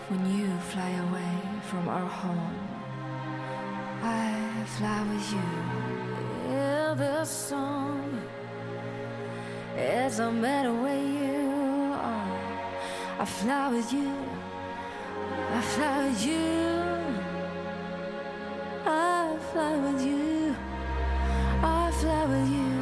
when you fly away from our home. I fly with you. Yeah, this song, it don't matter where you are. I fly with you. I fly with you. I fly with you. I fly with you.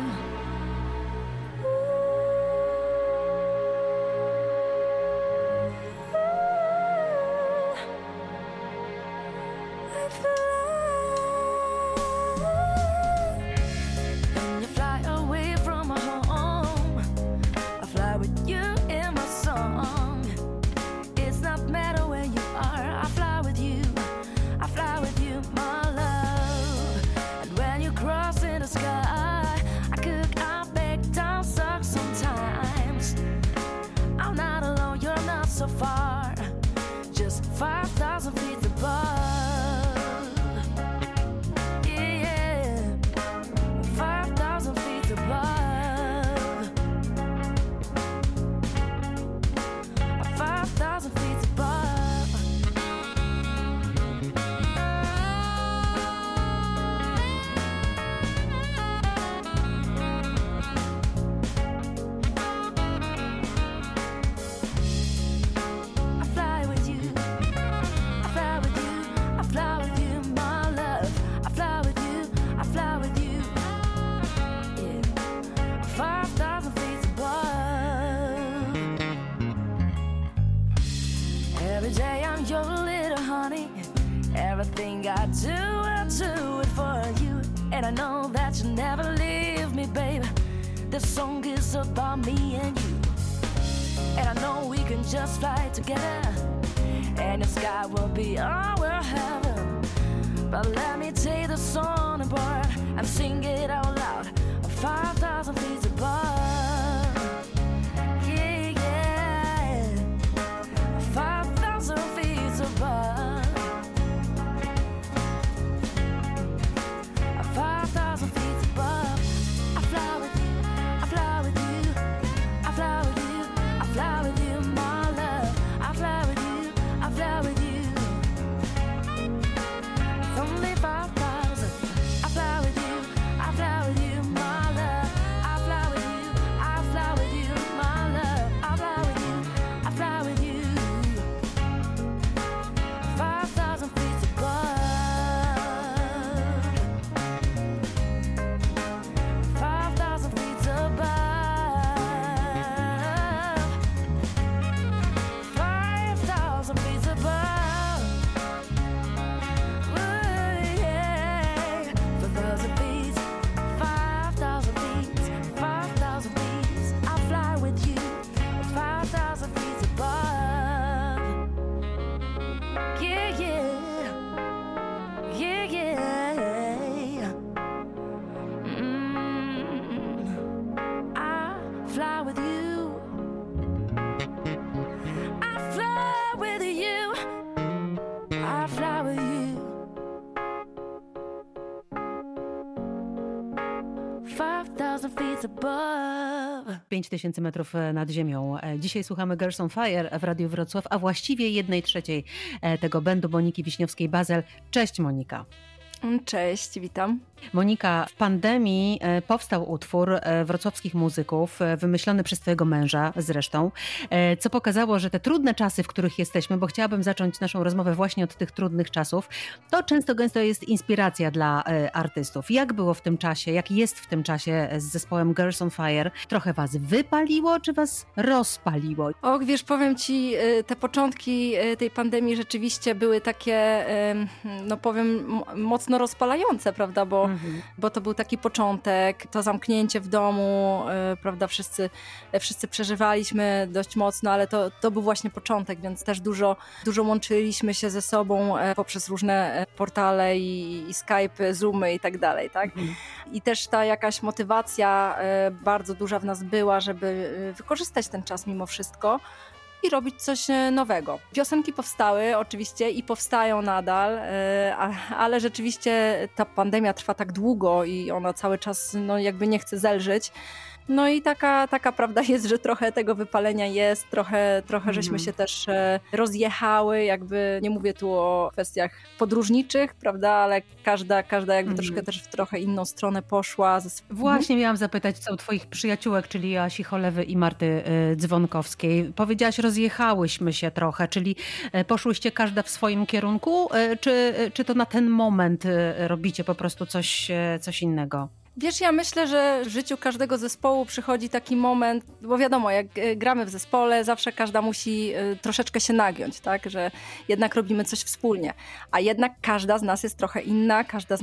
So far, just 5,000 feet above. Yeah, 5,000 feet above. 5,000 feet above. Every day I'm your little honey. Everything I do it for you. And I know that you'll never leave me, baby. This song is about me and you. And I know we can just fly together, and the sky will be our heaven. But let me take the song apart and sing it out loud. 5,000 feet above. 5,000 feet above. 5,000 feet above. I fly with you. I fly with you. I fly with you. I fly with you, my love. I fly with you. I fly with you. It's only 5,000. I fly with you. I fly with you, my love. I fly with you. I fly with you, my love. I fly with you. I fly with you. 5,000 feet above. 5,000 feet above. 5,000 feet above. Ooh, yeah. 5,000 feet. 5,000 feet. 5,000 feet. I fly with you. 5,000 feet above. Yeah, yeah. Yeah, yeah. I fly with you. I fly with you. I fly with you. 5,000 feet above. 5000 metrów nad ziemią. Dzisiaj słuchamy Girls on Fire w Radiu Wrocław, a właściwie 1/3 tego będu Moniki Wiśniowskiej-Bazel. Cześć, Monika. Cześć, witam. Monika, w pandemii powstał utwór wrocławskich muzyków, wymyślony przez twojego męża zresztą, co pokazało, że te trudne czasy, w których jesteśmy, bo chciałabym zacząć naszą rozmowę właśnie od tych trudnych czasów, to często gęsto jest inspiracja dla artystów. Jak było w tym czasie, jak jest w tym czasie z zespołem Girls on Fire? Trochę was wypaliło, czy was rozpaliło? Och, wiesz, powiem ci, te początki tej pandemii rzeczywiście były takie, no powiem, mocno rozpalające, prawda, bo to był taki początek, to zamknięcie w domu, prawda, wszyscy przeżywaliśmy dość mocno, ale to był właśnie początek, więc też dużo łączyliśmy się ze sobą poprzez różne portale i Skype, Zoomy i tak dalej, tak? I też ta jakaś motywacja bardzo duża w nas była, żeby wykorzystać ten czas mimo wszystko i robić coś nowego. Piosenki powstały oczywiście i powstają nadal, ale rzeczywiście ta pandemia trwa tak długo i ona cały czas no jakby nie chce zelżyć. No i taka prawda jest, że trochę tego wypalenia jest, trochę żeśmy się też rozjechały, jakby nie mówię tu o kwestiach podróżniczych, prawda, ale każda jakby troszkę też w trochę inną stronę poszła. Właśnie miałam zapytać, co u twoich przyjaciółek, czyli Joasi Cholewy i Marty Dzwonkowskiej. Powiedziałaś, rozjechałyśmy się trochę, czyli poszłyście każda w swoim kierunku, czy to na ten moment robicie po prostu coś innego? Wiesz, ja myślę, że w życiu każdego zespołu przychodzi taki moment, bo wiadomo, jak gramy w zespole, zawsze każda musi troszeczkę się nagiąć, tak, że jednak robimy coś wspólnie, a jednak każda z nas jest trochę inna,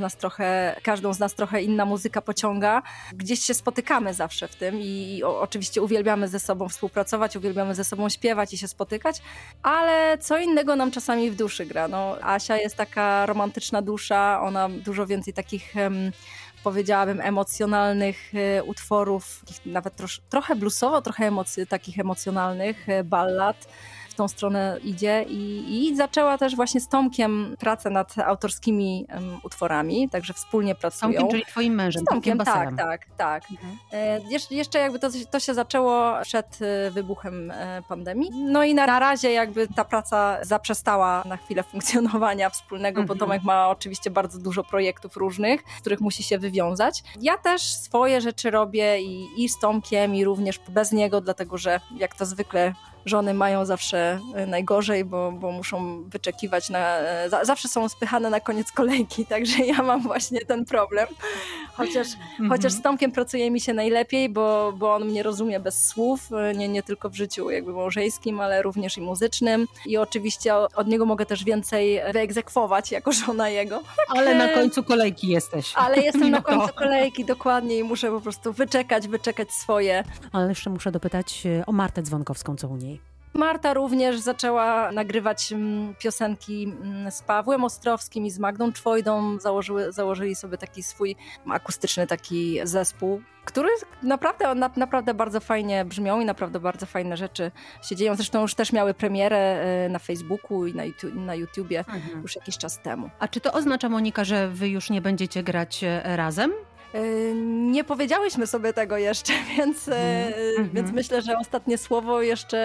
każdą z nas trochę inna muzyka pociąga. Gdzieś się spotykamy zawsze w tym i oczywiście uwielbiamy ze sobą współpracować, uwielbiamy ze sobą śpiewać i się spotykać, ale co innego nam czasami w duszy gra. No, Asia jest taka romantyczna dusza, ona dużo więcej takich powiedziałabym, emocjonalnych utworów, nawet trochę bluesowo, trochę takich emocjonalnych ballad. W tą stronę idzie i zaczęła też właśnie z Tomkiem pracę nad autorskimi utworami, także wspólnie pracują. Z Tomkiem, czyli twoim mężem. Z Tomkiem, tak. Jeszcze jakby to się zaczęło przed wybuchem pandemii. No i na razie jakby ta praca zaprzestała na chwilę funkcjonowania wspólnego, bo Tomek ma oczywiście bardzo dużo projektów różnych, z których musi się wywiązać. Ja też swoje rzeczy robię i z Tomkiem, i również bez niego, dlatego że jak to zwykle żony mają zawsze najgorzej, bo muszą wyczekiwać zawsze są spychane na koniec kolejki, także ja mam właśnie ten problem. Chociaż z Tomkiem pracuje mi się najlepiej, bo on mnie rozumie bez słów, nie tylko w życiu jakby małżeńskim, ale również i muzycznym. I oczywiście od niego mogę też więcej wyegzekwować jako żona jego. Ale na końcu kolejki jesteś. Ale jestem na końcu kolejki, dokładnie, i muszę po prostu wyczekać swoje. Ale jeszcze muszę dopytać o Martę Dzwonkowską, co u niej? Marta również zaczęła nagrywać piosenki z Pawłem Ostrowskim i z Magdą Czwojdą. Założyli sobie taki swój akustyczny taki zespół, który naprawdę bardzo fajnie brzmią i naprawdę bardzo fajne rzeczy się dzieją. Zresztą już też miały premierę na Facebooku i na YouTubie już jakiś czas temu. A czy to oznacza, Monika, że wy już nie będziecie grać razem? Nie powiedziałyśmy sobie tego jeszcze, więc myślę, że ostatnie słowo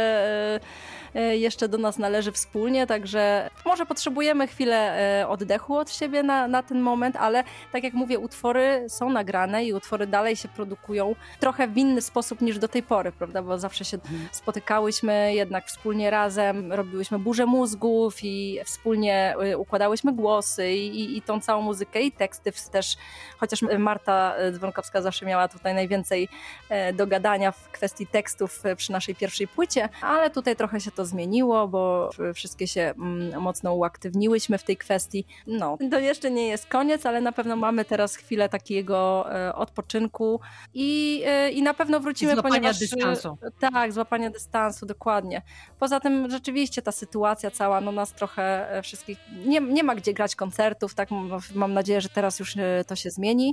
jeszcze do nas należy wspólnie, także może potrzebujemy chwilę oddechu od siebie na ten moment, ale tak jak mówię, utwory są nagrane i utwory dalej się produkują trochę w inny sposób niż do tej pory, prawda, bo zawsze się spotykałyśmy jednak wspólnie razem, robiłyśmy burzę mózgów i wspólnie układałyśmy głosy i tą całą muzykę i teksty też, chociaż Marta Dzwonkowska zawsze miała tutaj najwięcej do gadania w kwestii tekstów przy naszej pierwszej płycie, ale tutaj trochę się to zmieniło, bo wszystkie się mocno uaktywniłyśmy w tej kwestii. No, to jeszcze nie jest koniec, ale na pewno mamy teraz chwilę takiego odpoczynku i na pewno wrócimy, złapania dystansu. Tak, złapania dystansu, dokładnie. Poza tym rzeczywiście ta sytuacja cała, no nas trochę wszystkich, nie ma gdzie grać koncertów, tak, mam nadzieję, że teraz już to się zmieni.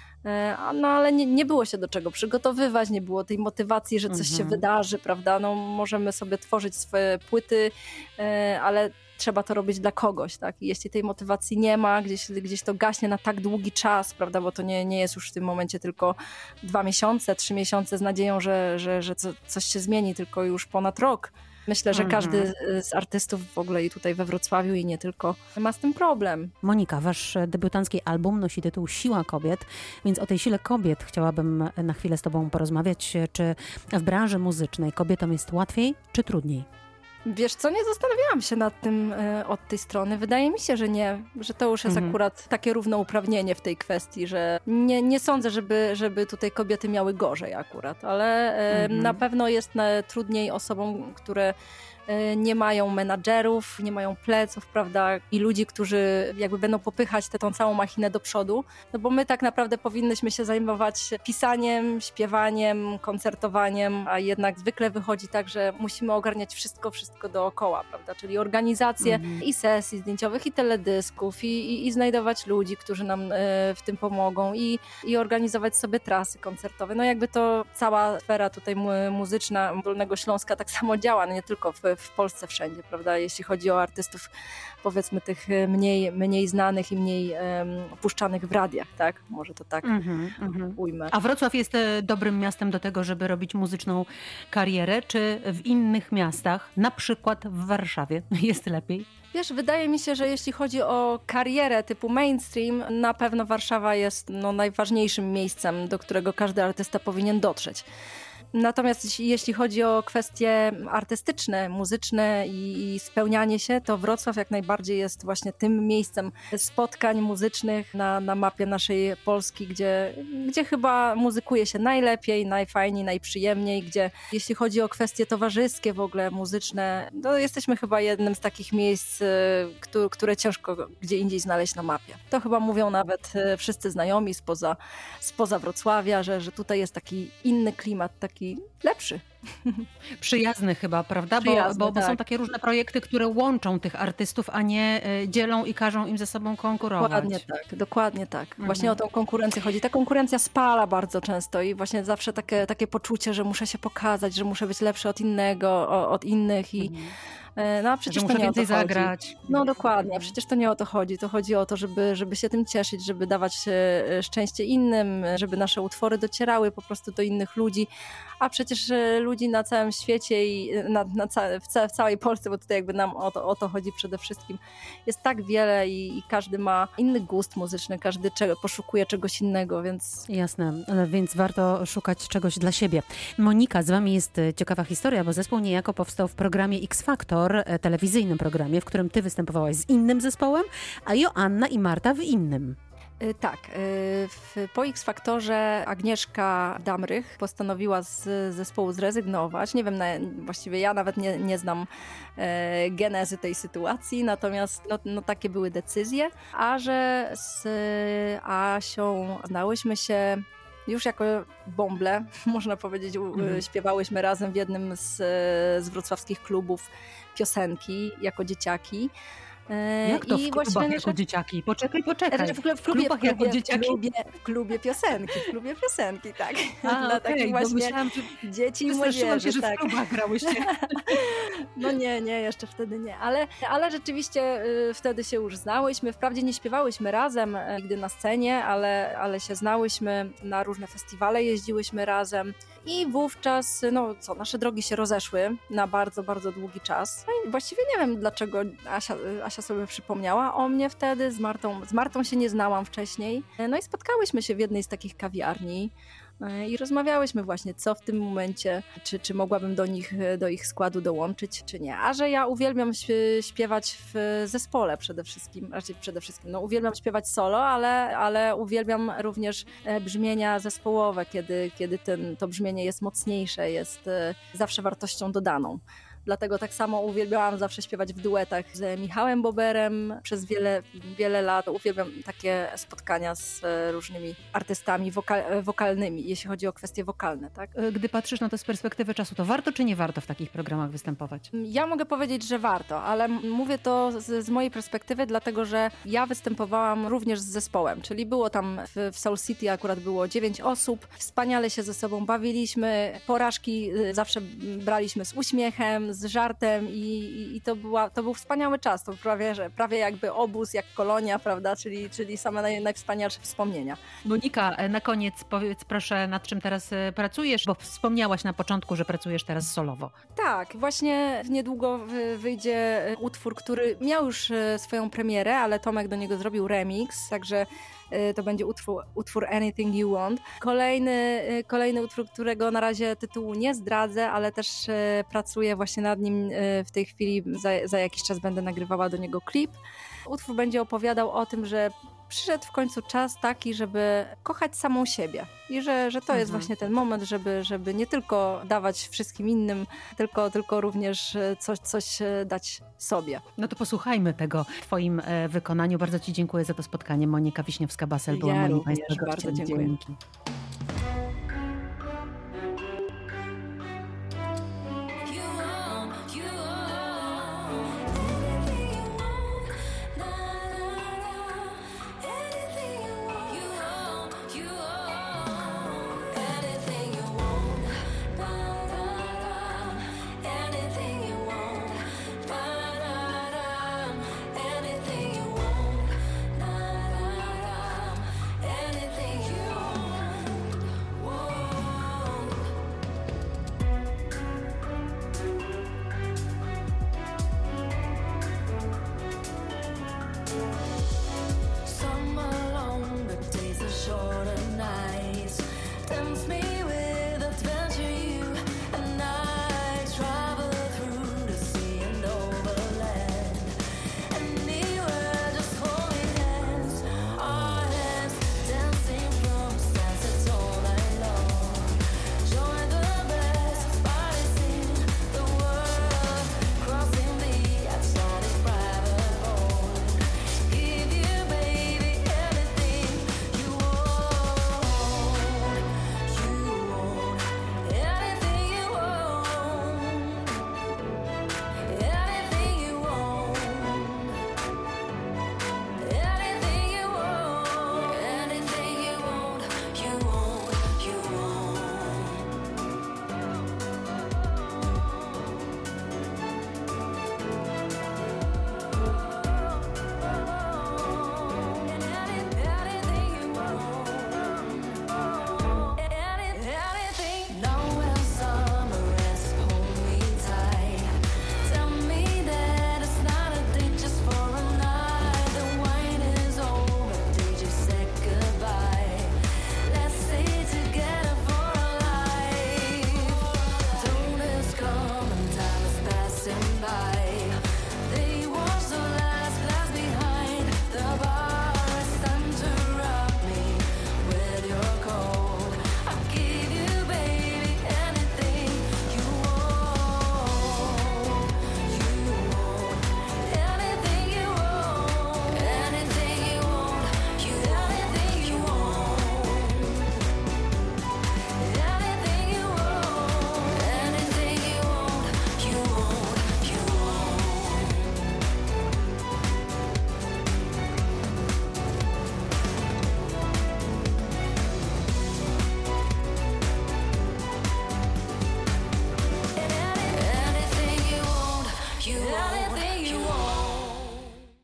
No ale nie było się do czego przygotowywać, nie było tej motywacji, że coś się wydarzy, prawda? No możemy sobie tworzyć swoje płyty, ale trzeba to robić dla kogoś, tak? I jeśli tej motywacji nie ma, gdzieś to gaśnie na tak długi czas, prawda? Bo to nie jest już w tym momencie tylko 2 miesiące, 3 miesiące z nadzieją, że coś się zmieni, tylko już ponad rok. Myślę, że każdy z artystów w ogóle i tutaj we Wrocławiu i nie tylko ma z tym problem. Monika, wasz debiutancki album nosi tytuł Siła kobiet, więc o tej sile kobiet chciałabym na chwilę z tobą porozmawiać. Czy w branży muzycznej kobietom jest łatwiej czy trudniej? Wiesz co, nie zastanawiałam się nad tym od tej strony. Wydaje mi się, że nie, że to już jest akurat takie równouprawnienie w tej kwestii, że nie sądzę, żeby tutaj kobiety miały gorzej akurat, ale na pewno jest trudniej osobom, które nie mają menadżerów, nie mają pleców, prawda, i ludzi, którzy jakby będą popychać tą całą machinę do przodu, no bo my tak naprawdę powinnyśmy się zajmować pisaniem, śpiewaniem, koncertowaniem, a jednak zwykle wychodzi tak, że musimy ogarniać wszystko dookoła, prawda, czyli organizację i sesji zdjęciowych, i teledysków, i znajdować ludzi, którzy nam w tym pomogą, i organizować sobie trasy koncertowe, no jakby to cała sfera tutaj muzyczna Dolnego Śląska tak samo działa, no nie tylko w w Polsce wszędzie, prawda? Jeśli chodzi o artystów, powiedzmy tych mniej znanych i mniej puszczanych w radiach, tak? Może to tak ujmę. A Wrocław jest dobrym miastem do tego, żeby robić muzyczną karierę, czy w innych miastach, na przykład w Warszawie, jest lepiej? Wiesz, wydaje mi się, że jeśli chodzi o karierę typu mainstream, na pewno Warszawa jest najważniejszym miejscem, do którego każdy artysta powinien dotrzeć. Natomiast jeśli chodzi o kwestie artystyczne, muzyczne i spełnianie się, to Wrocław jak najbardziej jest właśnie tym miejscem spotkań muzycznych na mapie naszej Polski, gdzie chyba muzykuje się najlepiej, najfajniej, najprzyjemniej, gdzie jeśli chodzi o kwestie towarzyskie w ogóle, muzyczne, to jesteśmy chyba jednym z takich miejsc, które ciężko gdzie indziej znaleźć na mapie. To chyba mówią nawet wszyscy znajomi spoza Wrocławia, że tutaj jest taki inny klimat, taki lepszy. Przyjazny chyba, prawda? Bo tak. Są takie różne projekty, które łączą tych artystów, a nie dzielą i każą im ze sobą konkurować. Dokładnie tak. Właśnie o tą konkurencję chodzi. Ta konkurencja spala bardzo często i właśnie zawsze takie poczucie, że muszę się pokazać, że muszę być lepszy od innych i no a przecież to nie o to chodzi. Zagrać. No dokładnie, a przecież to nie o to chodzi. To chodzi o to, żeby się tym cieszyć, żeby dawać szczęście innym, żeby nasze utwory docierały po prostu do innych ludzi, a przecież ludzi na całym świecie i w całej Polsce, bo tutaj jakby nam o to chodzi przede wszystkim, jest tak wiele i każdy ma inny gust muzyczny, każdy poszukuje czegoś innego, więc... Jasne, więc warto szukać czegoś dla siebie. Monika, z wami jest ciekawa historia, bo zespół niejako powstał w programie X Factor, telewizyjnym programie, w którym ty występowałaś z innym zespołem, a Joanna i Marta w innym. Tak, po X Faktorze Agnieszka Damrych postanowiła z zespołu zrezygnować. Nie wiem, właściwie ja nawet nie znam genezy tej sytuacji, natomiast takie były decyzje, a że z Asią znałyśmy się już jako bąble, można powiedzieć, śpiewałyśmy razem w jednym z wrocławskich klubów piosenki jako dzieciaki. Jak to w klubach jako dzieciaki? Poczekaj. W klubie piosenki, tak. Dla takich właśnie myślałam, że dzieci i młodzieży. Że tak. W klubach grałyście. No nie, jeszcze wtedy nie. Ale rzeczywiście wtedy się już znałyśmy. Wprawdzie nie śpiewałyśmy razem nigdy na scenie, ale się znałyśmy, na różne festiwale jeździłyśmy razem i wówczas, nasze drogi się rozeszły na bardzo, bardzo długi czas. No i właściwie nie wiem, dlaczego Asia sobie przypomniała o mnie wtedy. Z Martą się nie znałam wcześniej. No i spotkałyśmy się w jednej z takich kawiarni i rozmawiałyśmy właśnie, co w tym momencie, czy mogłabym do ich składu dołączyć, czy nie. A że ja uwielbiam śpiewać w zespole przede wszystkim, uwielbiam śpiewać solo, ale uwielbiam również brzmienia zespołowe, kiedy to brzmienie jest mocniejsze, jest zawsze wartością dodaną. Dlatego tak samo uwielbiałam zawsze śpiewać w duetach z Michałem Boberem przez wiele lat. Uwielbiam takie spotkania z różnymi artystami wokalnymi, jeśli chodzi o kwestie wokalne. Tak? Gdy patrzysz na to z perspektywy czasu, to warto czy nie warto w takich programach występować? Ja mogę powiedzieć, że warto, ale mówię to z mojej perspektywy, dlatego że ja występowałam również z zespołem, czyli było tam w Soul City akurat było 9 osób. Wspaniale się ze sobą bawiliśmy, porażki zawsze braliśmy z uśmiechem, z żartem i to był wspaniały czas. To prawie jakby obóz, jak kolonia, prawda? Czyli same najwspanialsze wspomnienia. Monika, na koniec powiedz proszę, nad czym teraz pracujesz, bo wspomniałaś na początku, że pracujesz teraz solowo. Tak, właśnie niedługo wyjdzie utwór, który miał już swoją premierę, ale Tomek do niego zrobił remix, także to będzie utwór Anything You Want. Kolejny utwór, którego na razie tytułu nie zdradzę, ale też pracuję właśnie nad nim w tej chwili. Za jakiś czas będę nagrywała do niego klip. Utwór będzie opowiadał o tym, że przyszedł w końcu czas taki, żeby kochać samą siebie i że to jest właśnie ten moment, żeby nie tylko dawać wszystkim innym, tylko również coś dać sobie. No to posłuchajmy tego w twoim wykonaniu. Bardzo ci dziękuję za to spotkanie. Monika Wiśniewska-Basel była moim państwa gościem. Bardzo dziękuję. Dzięki.